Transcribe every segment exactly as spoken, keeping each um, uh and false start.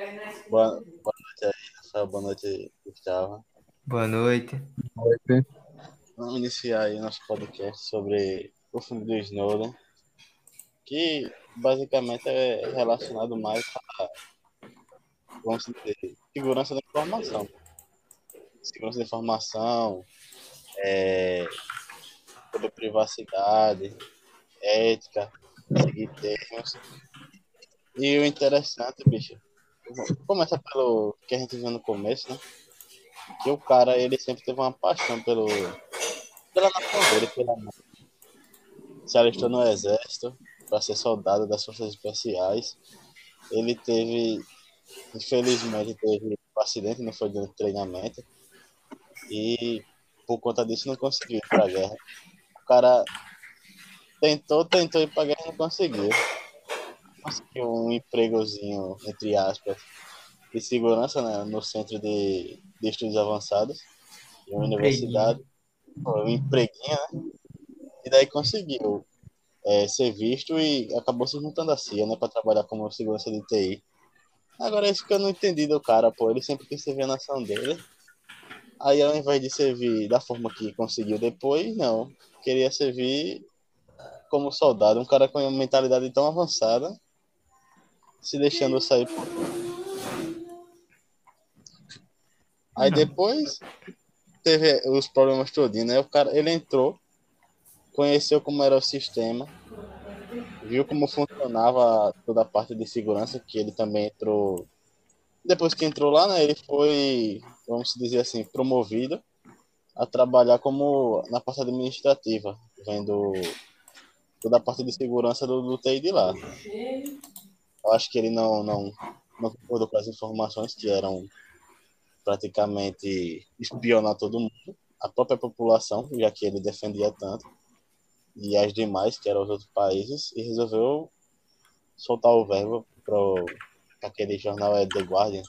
Boa, boa noite aí, Rafael. Boa noite, Gustavo. Boa noite. Noite. Vamos iniciar aí nosso podcast sobre o filme do Snowden, que basicamente é relacionado mais a, vamos dizer, segurança da informação. Segurança da informação, é, sobre privacidade, ética, seguir termos. E o interessante, bicho, começa pelo que a gente viu no começo, né? Que o cara, ele sempre teve uma paixão pelo, pela nação dele, pela se alistou no exército para ser soldado das forças especiais. Ele teve, infelizmente, teve um acidente, não foi durante o treinamento, e por conta disso não conseguiu ir para a guerra. O cara tentou, tentou ir para a guerra e não conseguiu. Conseguiu um empregozinho, entre aspas, de segurança, né, no Centro de, de Estudos Avançados, em uma Empreguinho. universidade, um empreguinho, né? E daí conseguiu é, ser visto e acabou se juntando à C I A, né, para trabalhar como segurança de T I. Agora, isso que eu não entendi do cara, pô. Ele sempre quis servir a nação dele. Aí, ao invés de servir da forma que conseguiu depois, não. Queria servir como soldado. Um cara com uma mentalidade tão avançada, se deixando sair. Aí, Não. depois, teve os problemas todinhos, né? O cara, ele entrou, conheceu como era o sistema, viu como funcionava toda a parte de segurança, que ele também entrou. Depois que entrou lá, né? Ele foi, vamos dizer assim, promovido a trabalhar como na parte administrativa, vendo toda a parte de segurança do, do T I de lá. Eu acho que ele não, não, não concordou com as informações que eram praticamente espionar todo mundo, a própria população, já que ele defendia tanto, e as demais, que eram os outros países, e resolveu soltar o verbo para aquele jornal é The Guardian,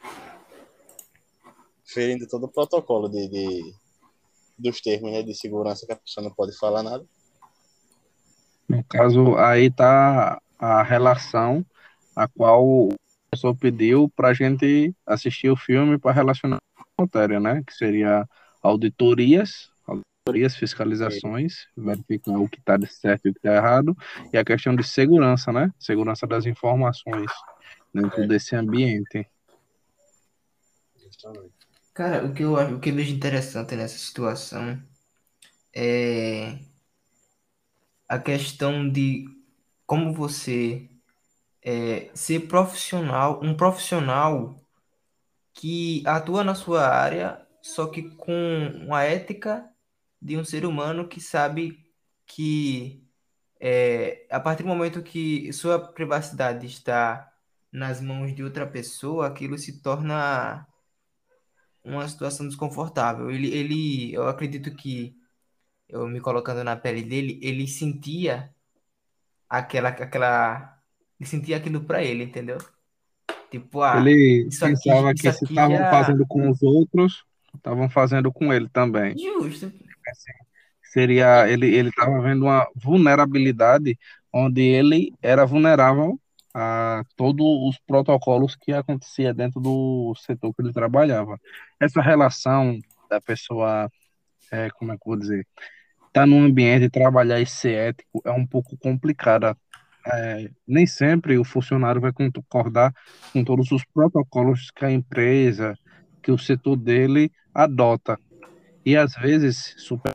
ferindo todo o protocolo de, de, dos termos, né, de segurança, que a pessoa não pode falar nada. No caso, aí está a relação a qual o professor pediu para a gente assistir o filme para relacionar com a matéria, né? Que seria auditorias, auditorias, E, fiscalizações, verificar o que está certo e o que está errado, e a questão de segurança, né? Segurança das informações dentro é, desse ambiente. justamente. Cara, o que eu acho, o que eu vejo interessante nessa situação é a questão de como você é, ser profissional, um profissional que atua na sua área, só que com uma ética de um ser humano que sabe que é, a partir do momento que sua privacidade está nas mãos de outra pessoa, aquilo se torna uma situação desconfortável. Ele, ele, eu acredito que, eu me colocando na pele dele, ele sentia aquela, aquela, ele sentia aquilo pra ele, entendeu? Tipo, ah, Ele isso aqui, pensava isso que se aqui estavam já fazendo com os outros, estavam fazendo com ele também. justo. Seria ele ele estava vendo uma vulnerabilidade onde ele era vulnerável a todos os protocolos que acontecia dentro do setor que ele trabalhava. Essa relação da pessoa, é, como é que eu vou dizer, estar num ambiente, trabalhar e ser ético é um pouco complicada. É, nem sempre o funcionário vai concordar com todos os protocolos que a empresa, que o setor dele adota. E às vezes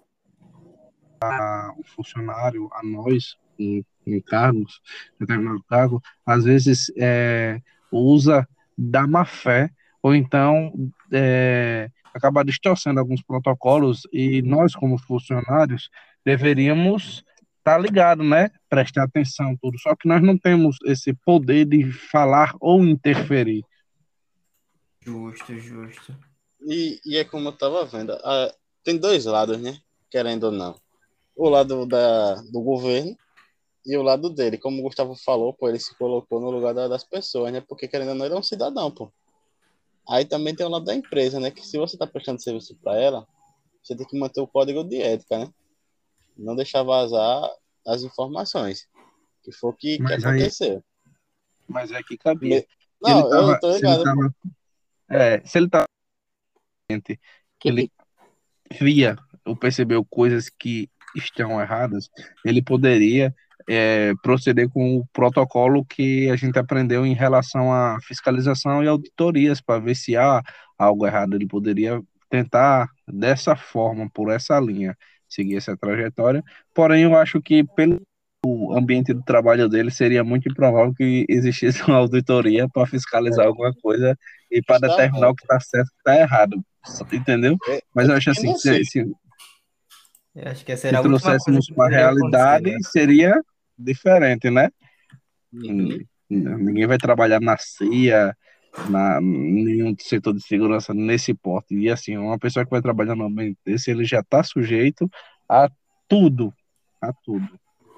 um funcionário, a nós, em, em cargos, determinado cargo, às vezes é, usa da má fé, ou então é, acaba distorcendo alguns protocolos, e nós, como funcionários, deveríamos estar ligados, né? Prestar atenção, tudo. Só que nós não temos esse poder de falar ou interferir. Justo, justo. E, e é como eu tava vendo, ah, tem dois lados, né? Querendo ou não. O lado da, do governo e o lado dele. Como o Gustavo falou, pô, ele se colocou no lugar da- das pessoas, né? Porque querendo ou não, ele é um cidadão, pô. Aí também tem o lado da empresa, né? Que se você tá prestando serviço para ela, você tem que manter o código de ética, né? Não deixar vazar as informações, que foi o que, que Mas aí, aconteceu. mas é que cabia. Me- que ele Não, eu tava, tô se ele ligado. tava, é, se ele tava, que ele via ou percebeu coisas que estão erradas, ele poderia é, proceder com o protocolo que a gente aprendeu em relação à fiscalização e auditorias para ver se há algo errado. Ele poderia tentar dessa forma, por essa linha, seguir essa trajetória. Porém, eu acho que pelo ambiente do trabalho dele seria muito improvável que existisse uma auditoria para fiscalizar alguma coisa e para determinar o que Justamente. está certo e o que está errado, entendeu? É, Mas é eu que acho assim, não sei. se, se, Eu acho que essa se era a última coisa trouxéssemos que para a poderia acontecer, realidade, né? seria diferente, né? Hum, Uhum. Ninguém vai trabalhar na C I A, na nenhum setor de segurança nesse porte. E assim, uma pessoa que vai trabalhar no ambiente desse, ele já está sujeito a tudo, a tudo.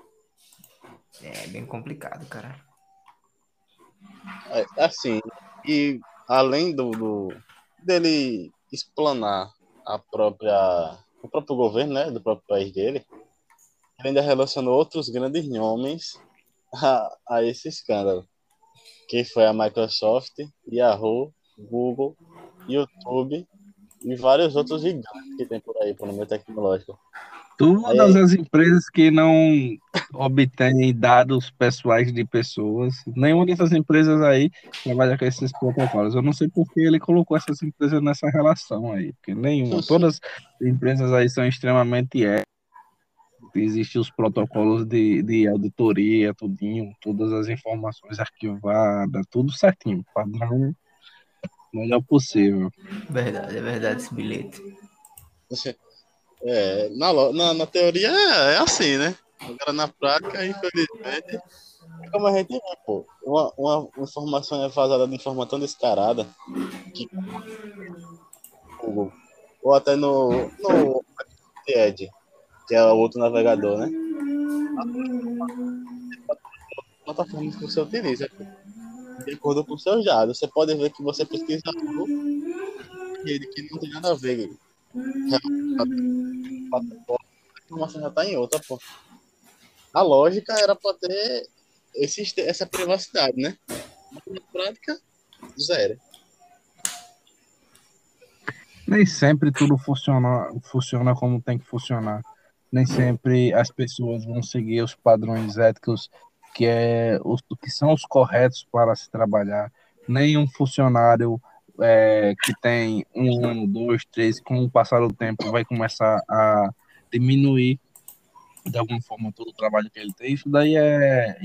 É bem complicado, cara. É, assim, e além do, do dele explanar a própria o próprio governo, né, do próprio país dele, ele ainda relacionou outros grandes nomes a, a esse escândalo, que foi a Microsoft, Yahoo, Google, YouTube e vários outros gigantes que tem por aí, por meio tecnológico. Todas Aí, as empresas que não obtêm dados pessoais de pessoas, nenhuma dessas empresas aí trabalha com esses protocolos. Eu não sei por que ele colocou essas empresas nessa relação aí, porque nenhuma. Todas as empresas aí são extremamente éticas, existem os protocolos de, de auditoria, tudinho, todas as informações arquivadas, tudo certinho, padrão melhor possível. Verdade, é verdade esse bilhete. é, na, lo- na, na teoria é, é assim, né? Agora na prática, infelizmente, é como a gente vê, pô. Uma, uma informação é vazada de forma tão descarada que Google, ou até no, no Edge, que é o outro navegador, né? Plataformas que você utiliza, pô, de acordo com seus dados. Você pode ver que você pesquisa algo rede que não tem nada a ver. A informação já está em outra, pô. A lógica era para ter esse, essa privacidade, né? Mas na prática, zero. Nem sempre tudo funciona, funciona como tem que funcionar. Nem sempre as pessoas vão seguir os padrões éticos que, é, os, que são os corretos para se trabalhar. Nem um funcionário é, que tem um ano, dois, três, com o passar do tempo, vai começar a diminuir de alguma forma todo o trabalho que ele tem. Isso daí é,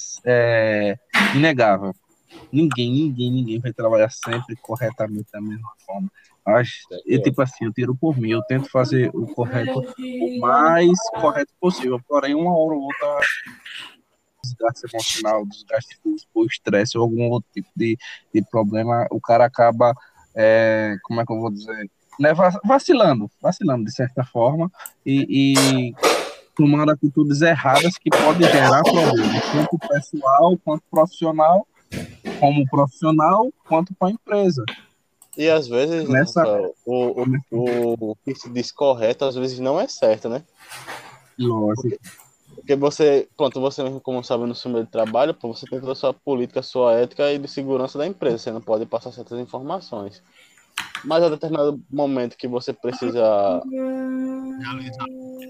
é inegável. Ninguém, ninguém, ninguém vai trabalhar sempre corretamente da mesma forma. Acho, e, tipo assim, eu tiro por mim, eu tento fazer o correto o mais correto possível, porém, uma hora ou outra, desgaste emocional, desgaste físico, ou estresse, ou algum outro tipo de, de problema, o cara acaba, é, como é que eu vou dizer, né, vacilando, vacilando de certa forma, e, e tomando atitudes erradas que podem gerar problemas, tanto pessoal quanto profissional, como profissional quanto para a empresa. E às vezes, Nessa, Rafael, o, o, o, o que se diz correto, às vezes não é certo, né? lógico, Porque, porque você, pronto, você mesmo, como sabe, no seu meio de trabalho, pô, você tem toda a sua política, a sua ética e de segurança da empresa. Você não pode passar certas informações. Mas a determinado momento que você precisa realizar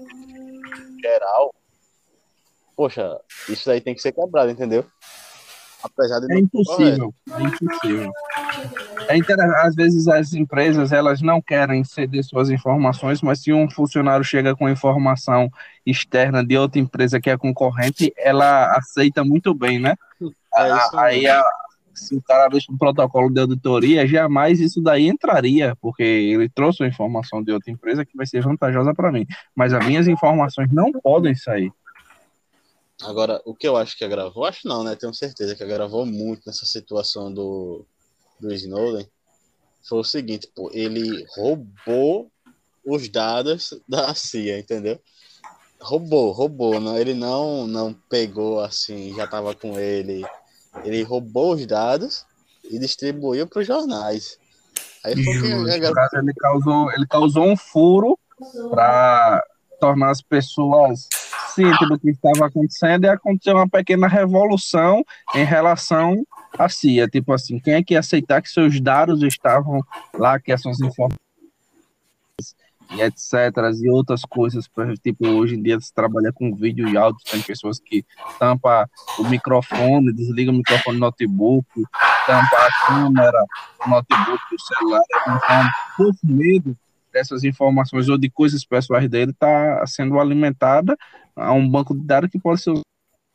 geral, poxa, isso aí tem que ser quebrado, entendeu? Apesar de é não ser correto. impossível, é impossível. É inter... Às vezes as empresas elas não querem ceder suas informações, mas se um funcionário chega com informação externa de outra empresa que é concorrente, ela aceita muito bem, né? É isso Aí, mesmo. a, se o cara deixa um protocolo de auditoria, jamais isso daí entraria, porque ele trouxe uma informação de outra empresa que vai ser vantajosa para mim. Mas as minhas informações não podem sair. Agora, o que eu acho que agravou, acho não, né? Tenho certeza que agravou muito nessa situação do, do Snowden foi o seguinte, pô, ele roubou os dados da C I A, entendeu? Roubou, roubou, não, ele não, não pegou assim, já estava com ele. Ele roubou os dados e distribuiu para os jornais. Aí foi o que Justo. No agravou. caso, ele causou, ele causou um furo para tornar as pessoas cientes do que estava acontecendo e aconteceu uma pequena revolução em relação a C I A, tipo assim, quem é que ia aceitar que seus dados estavam lá, que as suas informações e etc, e outras coisas, por exemplo, tipo, hoje em dia se trabalha com vídeo e áudio, tem pessoas que tampa o microfone, desliga o microfone do notebook, tampa a câmera do notebook, do celular, então, por medo dessas informações ou de coisas pessoais dele, está sendo alimentada a um banco de dados que pode ser usado.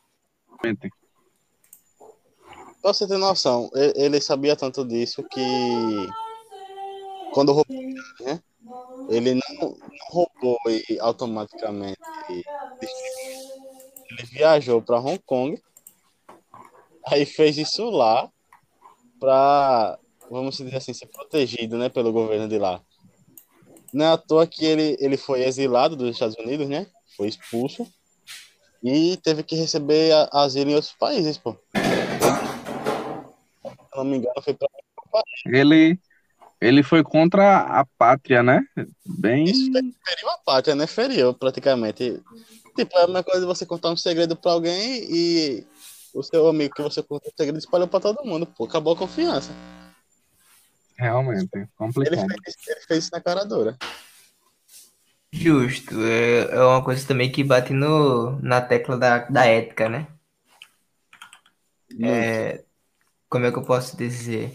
Pra você ter noção, e- ele sabia tanto disso que quando roubou, né, ele não, não roubou e automaticamente destruiu. Ele viajou para Hong Kong, aí fez isso lá para, vamos dizer assim, ser protegido, né, pelo governo de lá. Não é à toa que ele, ele foi exilado dos Estados Unidos, né? Foi expulso e teve que receber a- asilo em outros países, pô. Ele, se eu não me engano, foi para Ele, ele foi contra a pátria, né? isso, fe- Bem, feriu a pátria, né? Feriu praticamente. Tipo, é a mesma coisa você contar um segredo para alguém e o seu amigo que você contou o segredo espalhou para todo mundo, pô. Acabou a confiança. realmente, Ele complicado. fez, ele fez isso na cara dura. Justo, é, é uma coisa também que bate no, na tecla da, da ética, né? Muito. Como é que eu posso dizer?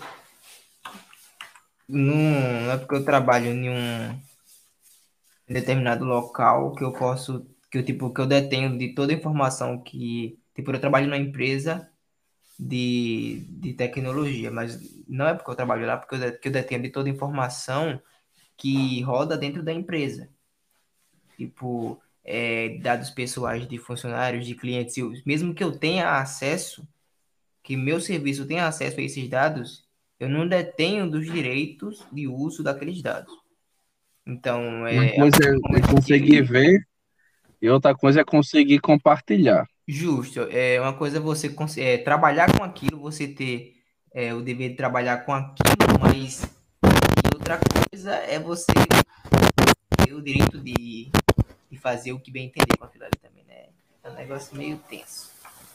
Não, não é porque eu trabalho em um determinado local que eu posso, que eu, tipo, que eu detenho de toda a informação que, tipo, eu trabalho numa empresa de, de tecnologia, mas não é porque eu trabalho lá, porque eu, de- que eu detenho de toda a informação que roda dentro da empresa. Tipo, é, dados pessoais de funcionários, de clientes, eu- mesmo que eu tenha acesso, que meu serviço tenha acesso a esses dados, eu não detenho dos direitos de uso daqueles dados. Então, Uma é, a coisa partir do é é momento conseguir que ver e outra coisa é conseguir compartilhar. justo, é uma coisa é você cons- é, trabalhar com aquilo, você ter é, o dever de trabalhar com aquilo, mas e outra coisa é você ter o direito de, de fazer o que bem entender com aquilo ali também, né? É um negócio meio tenso.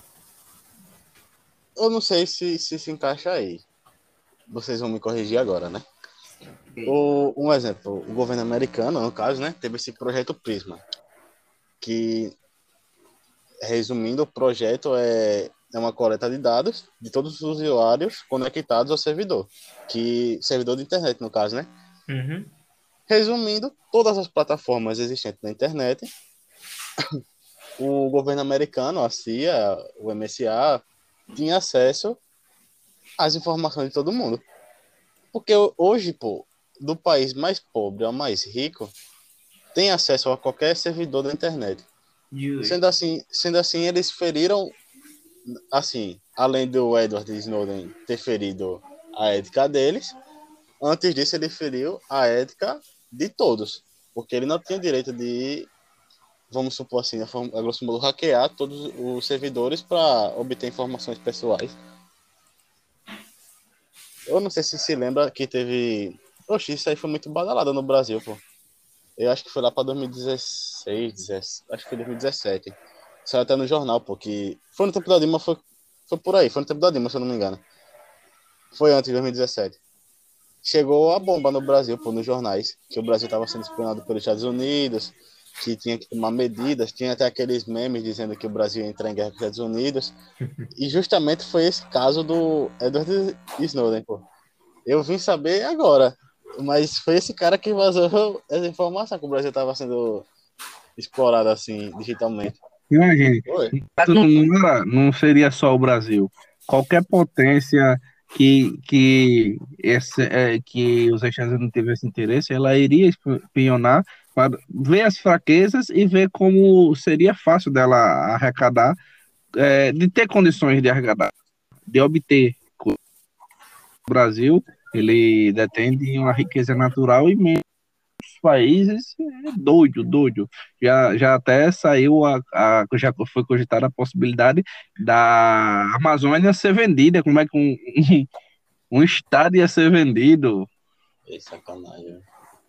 Eu não sei se, se se encaixa aí. Vocês vão me corrigir agora, né? Ok. O, um exemplo, o governo americano, no caso, né, teve esse projeto Prisma, que, resumindo, o projeto é, é uma coleta de dados de todos os usuários conectados ao servidor, que servidor de internet, no caso, né? Uhum. Resumindo, todas as plataformas existentes na internet, o governo americano, a C I A, o M S A, tinha acesso às informações de todo mundo. Porque hoje, pô, do país mais pobre ao mais rico, tem acesso a qualquer servidor da internet. Sendo Justo. assim, sendo assim, eles feriram, assim, além do Edward Snowden ter ferido a ética deles, antes disso ele feriu a ética de todos, porque ele não tinha direito de, vamos supor assim, a, forma, a grosso modo, hackear todos os servidores para obter informações pessoais. Eu não sei se se lembra que teve... Oxi, isso aí foi muito badalado no Brasil, pô. Eu acho que foi lá para dois mil e dezesseis, dezessete, acho que foi dois mil e dezessete. Saiu até no jornal, pô, que foi no tempo da Dilma, foi, foi por aí, foi no tempo da Dilma, se eu não me engano. Foi antes de dois mil e dezessete. Chegou a bomba no Brasil, pô, nos jornais, que o Brasil estava sendo espionado pelos Estados Unidos, que tinha que tomar medidas, tinha até aqueles memes dizendo que o Brasil ia entrar em guerra com os Estados Unidos. E justamente foi esse caso do Edward Snowden, pô. Eu vim saber agora, mas foi esse cara que vazou essa informação que o Brasil estava sendo explorado assim, digitalmente. Imagine, Foi. isso não, era- não seria só o Brasil. Qualquer potência que, que, esse, é, que os Estados Unidos tivesse interesse, ela iria espionar para ver as fraquezas e ver como seria fácil dela arrecadar, é, de ter condições de arrecadar, de obter. O Brasil, ele detém de uma riqueza natural imensa. Países é doido, doido. Já, já até saiu a, a já foi cogitada a possibilidade da Amazônia ser vendida. Como é que um, um, um estado ia ser vendido? É sacanagem.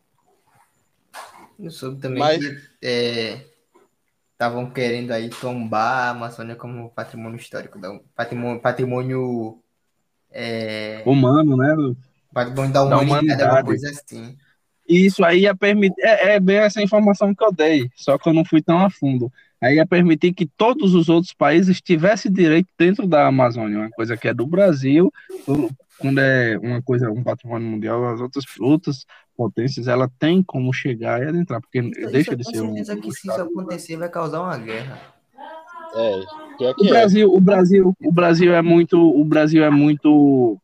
Eu soube também Mas, que é, estavam querendo aí tombar a Amazônia como patrimônio histórico, da, patrimônio, patrimônio humano, né? Patrimônio da Da humanidade, alguma humanidade. coisa assim. E isso aí ia permitir, é, é bem essa informação que eu dei, só que eu não fui tão a fundo. Aí ia permitir que todos os outros países tivessem direito dentro da Amazônia, uma coisa que é do Brasil, o- quando é uma coisa, um patrimônio mundial, as outras, outras potências, ela tem como chegar e adentrar, porque Isso, isso deixa eu de tenho ser um, certeza um que se isso estado do Brasil. acontecer vai causar uma guerra. É, pior O que é. Brasil, o Brasil, o Brasil é muito, o Brasil é muito,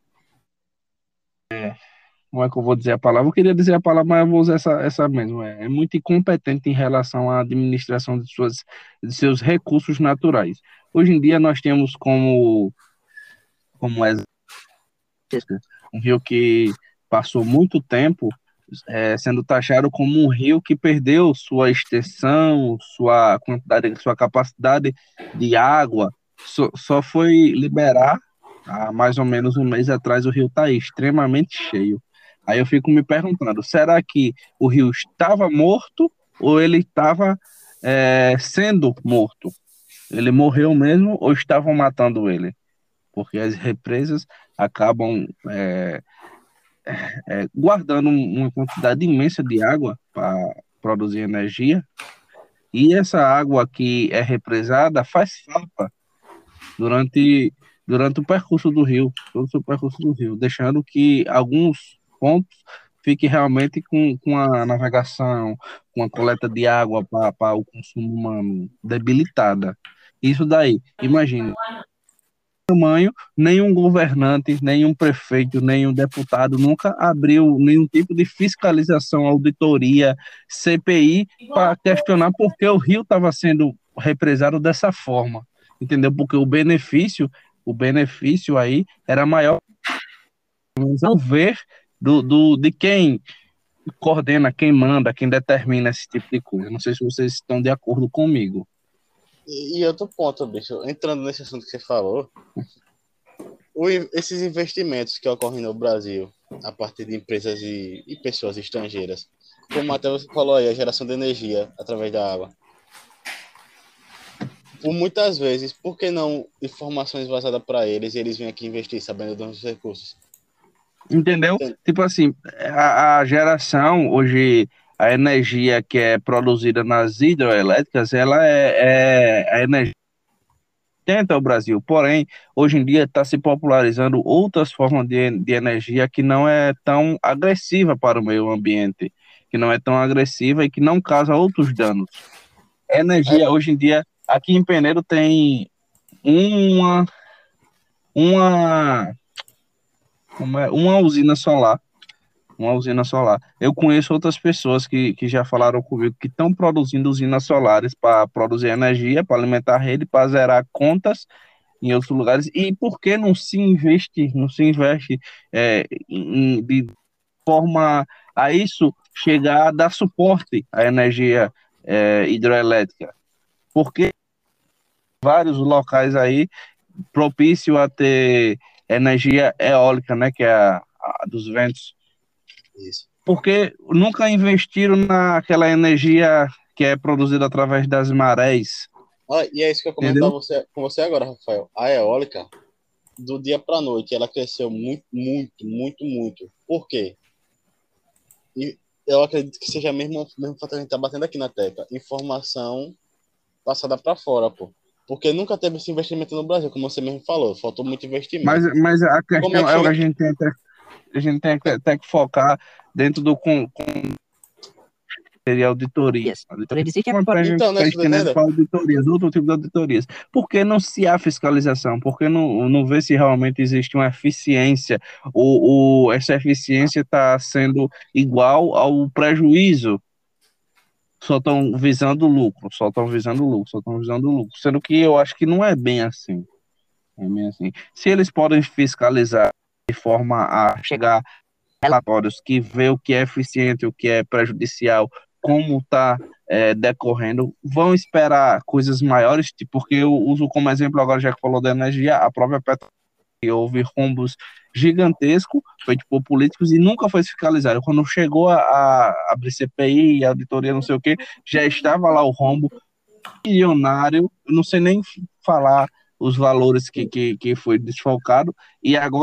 como é que eu vou dizer a palavra? Eu queria dizer a palavra, mas eu vou usar essa, essa mesmo. É, é muito incompetente em relação à administração de, suas, de seus recursos naturais. Hoje em dia nós temos como, como exemplo um rio que passou muito tempo é, sendo taxado como um rio que perdeu sua extensão, sua quantidade, sua capacidade de água, só, só foi liberar há mais ou menos um mês atrás o rio está extremamente cheio. Aí eu fico me perguntando, será que o rio estava morto ou ele estava é, sendo morto? Ele morreu mesmo ou estavam matando ele? Porque as represas acabam é, é, guardando uma quantidade imensa de água para produzir energia, e essa água que é represada faz falta durante, durante o percurso do rio, todo o seu percurso do rio, deixando que alguns pontos fiquem realmente com, com a navegação, com a coleta de água para o consumo humano debilitada. Isso daí, imagine, tamanho, nenhum governante, nenhum prefeito, nenhum deputado nunca abriu nenhum tipo de fiscalização, auditoria, C P I, para questionar por que o rio estava sendo represado dessa forma, entendeu? Porque o benefício, o benefício aí era maior ao ver do, do, de quem coordena, quem manda, quem determina esse tipo de coisa. Não sei se vocês estão de acordo comigo. E, e outro ponto, bicho, entrando nesse assunto que você falou, o, esses investimentos que ocorrem no Brasil, a partir de empresas e, e pessoas estrangeiras, como até você falou aí, a geração de energia através da água. Por muitas vezes, por que não informações vazadas para eles e eles vêm aqui investir sabendo dos recursos? Entendeu? Entende? Tipo assim, a, a geração, hoje, a energia que é produzida nas hidroelétricas, ela é, é a energia que tenta o Brasil. Porém, hoje em dia está se popularizando outras formas de, de energia que não é tão agressiva para o meio ambiente, que não é tão agressiva e que não causa outros danos. A Aí, energia, hoje em dia, aqui em Penedo tem uma, uma, como é, uma usina solar uma usina solar. Eu conheço outras pessoas que, que já falaram comigo que estão produzindo usinas solares para produzir energia, para alimentar a rede, para zerar contas em outros lugares. E por que não se investe, não se investe é, em, de forma a isso chegar a dar suporte à energia é, hidroelétrica? Porque vários locais aí propício a ter energia eólica, né, que é a, a dos ventos, isso. porque nunca investiram naquela energia que é produzida através das marés, Ah, e é isso que eu comentava entendeu? você, com você agora, Rafael. A eólica, do dia para a noite, ela cresceu muito, muito, muito, muito. Por quê? E eu acredito que seja mesmo mesmo fato que a gente tá batendo aqui na tecla. Informação passada para fora, pô. Porque nunca teve esse investimento no Brasil, como você mesmo falou. Faltou muito Mas, investimento. mas a Como é questão que é que a chega? gente tem, até- a gente tem que, tem que focar dentro do com, com seria auditorias. Auditoria é uma empresa Então, que né? está Você tá estendendo entendendo? para auditorias, outro tipo de auditorias. Por que não se há fiscalização? Por que não, não vê se realmente existe uma eficiência ou, ou essa eficiência está sendo igual ao prejuízo? Só estão visando lucro, só estão visando lucro, só estão visando lucro. Sendo que eu acho que não é bem assim. É bem assim. Se eles podem fiscalizar de forma a chegar a relatórios que vê o que é eficiente, o que é prejudicial, como está é, decorrendo, vão esperar coisas maiores, tipo, porque eu uso como exemplo agora, já que falou da energia, a própria Petro que houve rombos gigantescos feitos por políticos e nunca foi fiscalizado. Quando chegou a, a abrir C P I, auditoria, não sei o que, já estava lá o rombo milionário, não sei nem falar os valores que, que, que foi desfalcado, e agora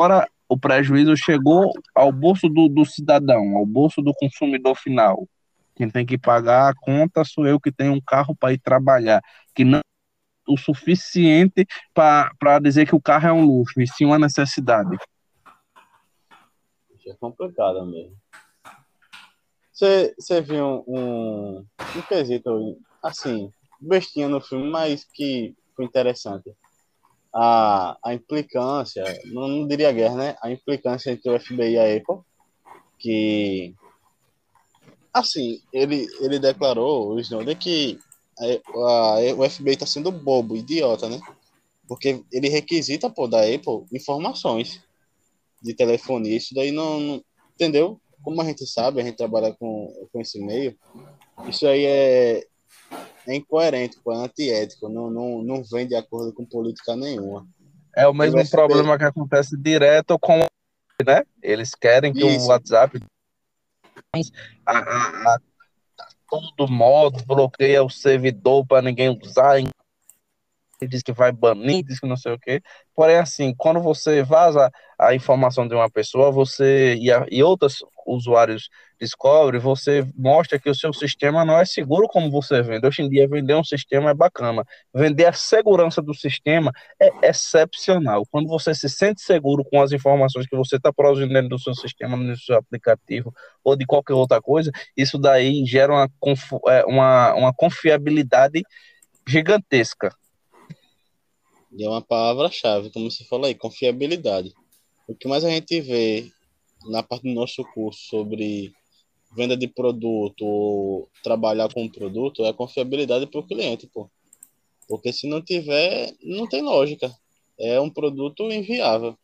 o prejuízo chegou ao bolso do, do cidadão, ao bolso do consumidor final. Quem tem que pagar a conta sou eu que tenho um carro para ir trabalhar, que não é o suficiente para dizer que o carro é um luxo, e sim uma necessidade. Isso é complicado mesmo. Você, você viu um, um quesito, assim, bestinha no filme, mas que foi interessante. A, a implicância, não, não diria guerra, né? A implicância entre o F B I e a Apple, que, assim, ele, ele declarou, o Snowden, que a, a, o F B I está sendo bobo, idiota, né? Porque ele requisita, pô, da Apple informações de telefonia. Isso daí não, não- entendeu? Como a gente sabe, a gente trabalha com, com esse meio, isso aí é, é incoerente, pô, é antiético, não, não, não vem de acordo com política nenhuma. É o E o mesmo F B I, problema que acontece direto com, né? Eles querem que o isso, WhatsApp a, a, a todo modo bloqueia o servidor para ninguém usar, diz que vai banir, diz que não sei o quê. Porém, assim, quando você vaza a informação de uma pessoa, você e, a, e outros usuários descobrem, você mostra que o seu sistema não é seguro como você vende. Hoje em dia, vender um sistema é bacana. Vender a segurança do sistema é excepcional. Quando você se sente seguro com as informações que você está produzindo dentro do seu sistema, no seu aplicativo ou de qualquer outra coisa, isso daí gera uma, uma, uma confiabilidade gigantesca. e é uma palavra-chave, como você falou aí, confiabilidade. O que mais a gente vê na parte do nosso curso sobre venda de produto, ou trabalhar com o produto, é a confiabilidade para o cliente, pô. Porque se não tiver, não tem lógica. É um produto inviável.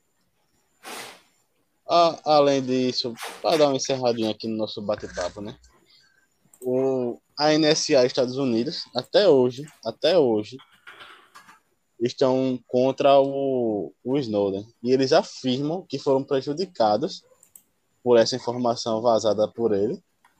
A- além disso, para dar uma encerradinha aqui no nosso bate-papo, né? O, a N S A Estados Unidos, até hoje, até hoje, estão contra o, o Snowden. E eles afirmam que foram prejudicados por essa informação vazada por ele.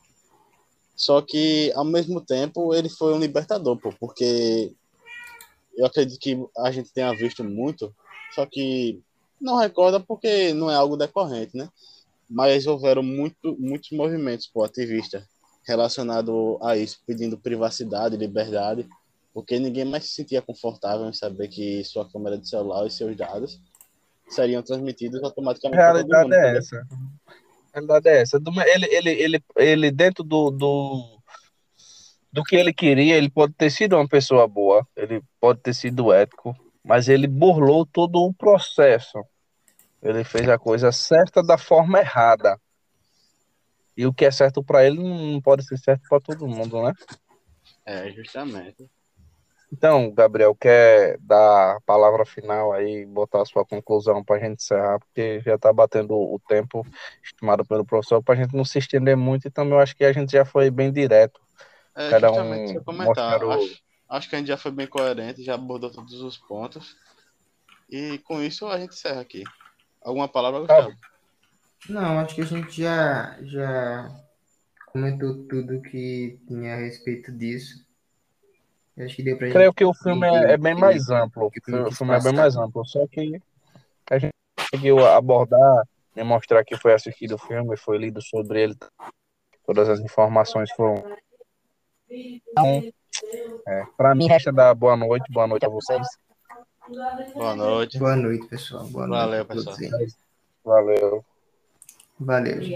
Só que, ao mesmo tempo, ele foi um libertador, pô, porque eu acredito que a gente tenha visto muito, só que não recorda porque não é algo decorrente, né? Mas houveram muito, muitos movimentos pô, ativistas relacionados a isso, pedindo privacidade, liberdade, porque ninguém mais se sentia confortável em saber que sua câmera de celular e seus dados seriam transmitidos A automaticamente para todo realidade mundo, é entendeu? essa. A realidade é essa. Do- Ele, ele, ele, ele dentro do, do, do que ele queria, ele pode ter sido uma pessoa boa, ele pode ter sido ético, mas ele burlou todo o processo. Ele fez a coisa certa da forma errada. E o que é certo para ele não pode ser certo para todo mundo, né? É, justamente. Então, Gabriel, quer dar a palavra final aí, botar a sua conclusão para a gente encerrar, porque já está batendo o tempo estimado pelo professor, para a gente não se estender muito, e também eu acho que a gente já foi bem direto, É cada justamente isso que um eu ia comentar. mostrando. Acho, acho que a gente já foi bem coerente, já abordou todos os pontos. E com isso a gente encerra aqui. Alguma palavra, Tá, Gustavo? Não, acho que a gente já, já comentou tudo que tinha a respeito disso. Eu acho que deu pra creio gente que o filme é, é entender bem que, mais amplo, que o filme o quis filme é bem passar. mais amplo, só que a gente conseguiu abordar, demonstrar que foi assistido o filme, foi lido sobre ele, todas as informações foram. Então, é, para mim, resta dar boa noite, boa noite a vocês. Boa noite. Boa noite, pessoal. Boa noite a Valeu, todos pessoal. aí. Valeu. Valeu, gente.